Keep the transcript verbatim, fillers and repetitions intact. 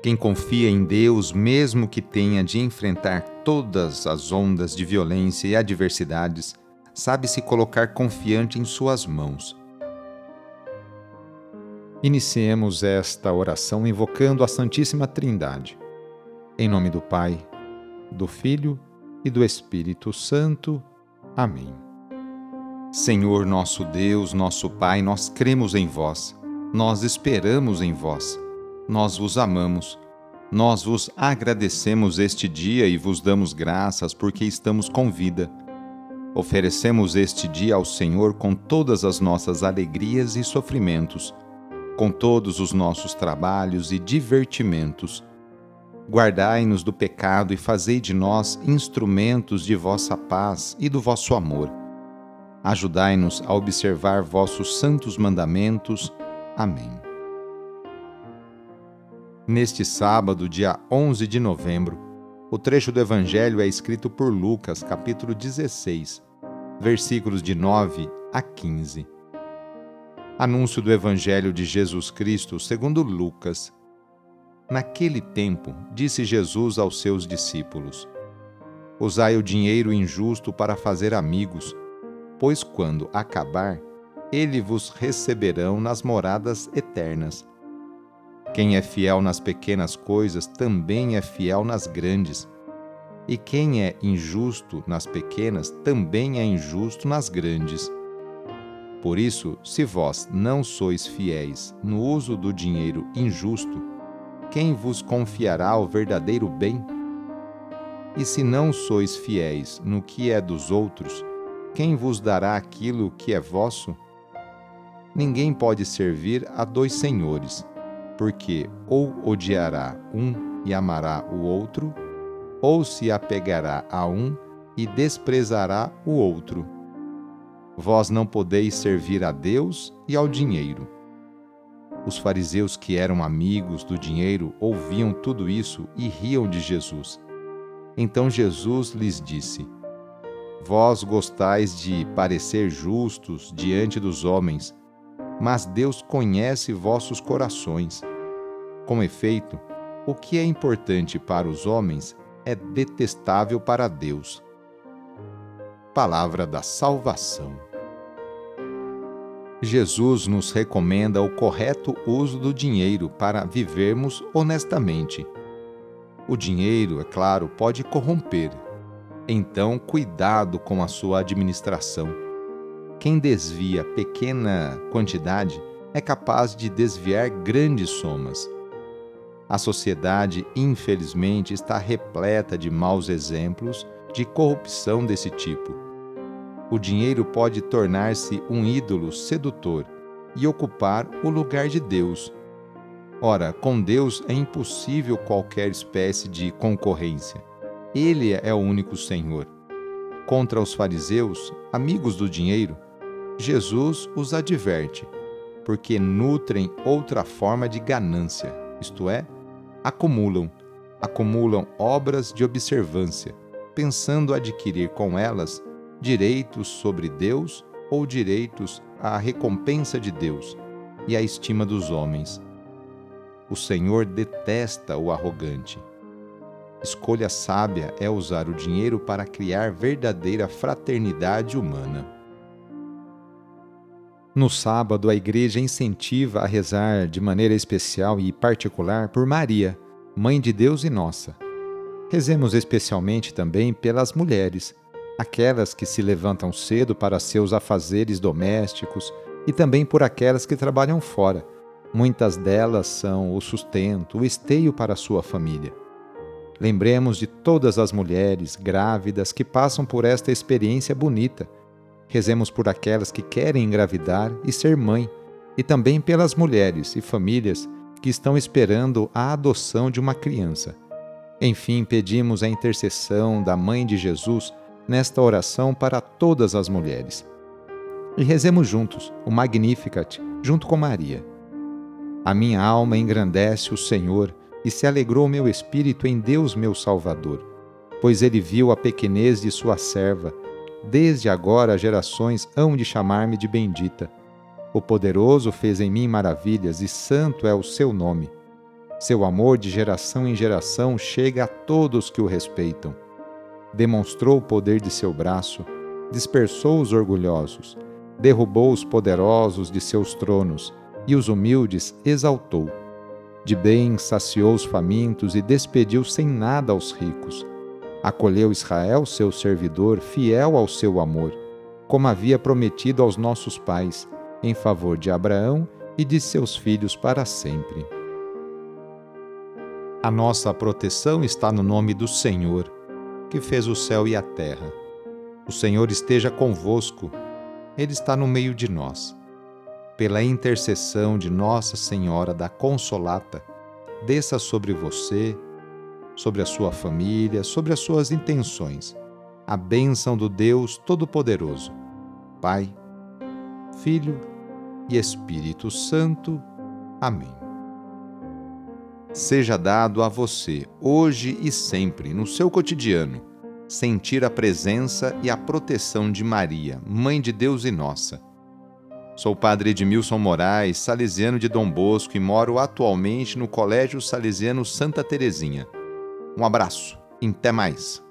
Quem confia em Deus, mesmo que tenha de enfrentar todas as ondas de violência e adversidades, sabe se colocar confiante em suas mãos. Iniciemos esta oração invocando a Santíssima Trindade. Em nome do Pai, do Filho e do Espírito Santo. Amém. Senhor nosso Deus, nosso Pai, nós cremos em vós, nós esperamos em vós, nós vos amamos, nós vos agradecemos este dia e vos damos graças porque estamos com vida. Oferecemos este dia ao Senhor com todas as nossas alegrias e sofrimentos, com todos os nossos trabalhos e divertimentos. Guardai-nos do pecado e fazei de nós instrumentos de vossa paz e do vosso amor. Ajudai-nos a observar vossos santos mandamentos. Amém. Neste sábado, dia onze de novembro, o trecho do Evangelho é escrito por Lucas, capítulo dezesseis, versículos de nove a quinze. Anúncio do Evangelho de Jesus Cristo segundo Lucas. Naquele tempo, disse Jesus aos seus discípulos: Usai o dinheiro injusto para fazer amigos, pois quando acabar, eles vos receberão nas moradas eternas. Quem é fiel nas pequenas coisas também é fiel nas grandes. E quem é injusto nas pequenas também é injusto nas grandes. Por isso, se vós não sois fiéis no uso do dinheiro injusto, quem vos confiará o verdadeiro bem? E se não sois fiéis no que é dos outros, quem vos dará aquilo que é vosso? Ninguém pode servir a dois senhores, porque ou odiará um e amará o outro, ou se apegará a um e desprezará o outro. Vós não podeis servir a Deus e ao dinheiro. Os fariseus, que eram amigos do dinheiro, ouviam tudo isso e riam de Jesus. Então Jesus lhes disse: Vós gostais de parecer justos diante dos homens, mas Deus conhece vossos corações. Com efeito, o que é importante para os homens é detestável para Deus. Palavra da salvação. Jesus nos recomenda o correto uso do dinheiro para vivermos honestamente. O dinheiro, é claro, pode corromper. Então, cuidado com a sua administração. Quem desvia pequena quantidade é capaz de desviar grandes somas. A sociedade, infelizmente, está repleta de maus exemplos de corrupção desse tipo. O dinheiro pode tornar-se um ídolo sedutor e ocupar o lugar de Deus. Ora, com Deus é impossível qualquer espécie de concorrência. Ele é o único Senhor. Contra os fariseus, amigos do dinheiro, Jesus os adverte, porque nutrem outra forma de ganância, isto é, acumulam, acumulam obras de observância, pensando adquirir com elas direitos sobre Deus ou direitos à recompensa de Deus e à estima dos homens. O Senhor detesta o arrogante. Escolha sábia é usar o dinheiro para criar verdadeira fraternidade humana. No sábado, a Igreja incentiva a rezar de maneira especial e particular por Maria, Mãe de Deus e nossa. Rezemos especialmente também pelas mulheres, aquelas que se levantam cedo para seus afazeres domésticos e também por aquelas que trabalham fora. Muitas delas são o sustento, o esteio para a sua família. Lembremos de todas as mulheres grávidas que passam por esta experiência bonita. Rezemos por aquelas que querem engravidar e ser mãe, e também pelas mulheres e famílias que estão esperando a adoção de uma criança. Enfim, pedimos a intercessão da Mãe de Jesus nesta oração para todas as mulheres. E rezemos juntos o Magnificat, junto com Maria. A minha alma engrandece o Senhor, e se alegrou meu espírito em Deus meu Salvador, pois ele viu a pequenez de sua serva. Desde agora gerações hão de chamar-me de bendita. O Poderoso fez em mim maravilhas, e santo é o seu nome. Seu amor de geração em geração chega a todos que o respeitam. Demonstrou o poder de seu braço, dispersou os orgulhosos, derrubou os poderosos de seus tronos e os humildes exaltou. De bem saciou os famintos e despediu sem nada aos ricos. Acolheu Israel, seu servidor, fiel ao seu amor, como havia prometido aos nossos pais, em favor de Abraão e de seus filhos para sempre. A nossa proteção está no nome do Senhor, que fez o céu e a terra. O Senhor esteja convosco, Ele está no meio de nós. Pela intercessão de Nossa Senhora da Consolata, desça sobre você, sobre a sua família, sobre as suas intenções, a bênção do Deus Todo-Poderoso, Pai, Filho e Espírito Santo. Amém. Seja dado a você, hoje e sempre, no seu cotidiano, sentir a presença e a proteção de Maria, Mãe de Deus e nossa. Sou o padre Edmilson Moraes, salesiano de Dom Bosco e moro atualmente no Colégio Salesiano Santa Terezinha. Um abraço e até mais.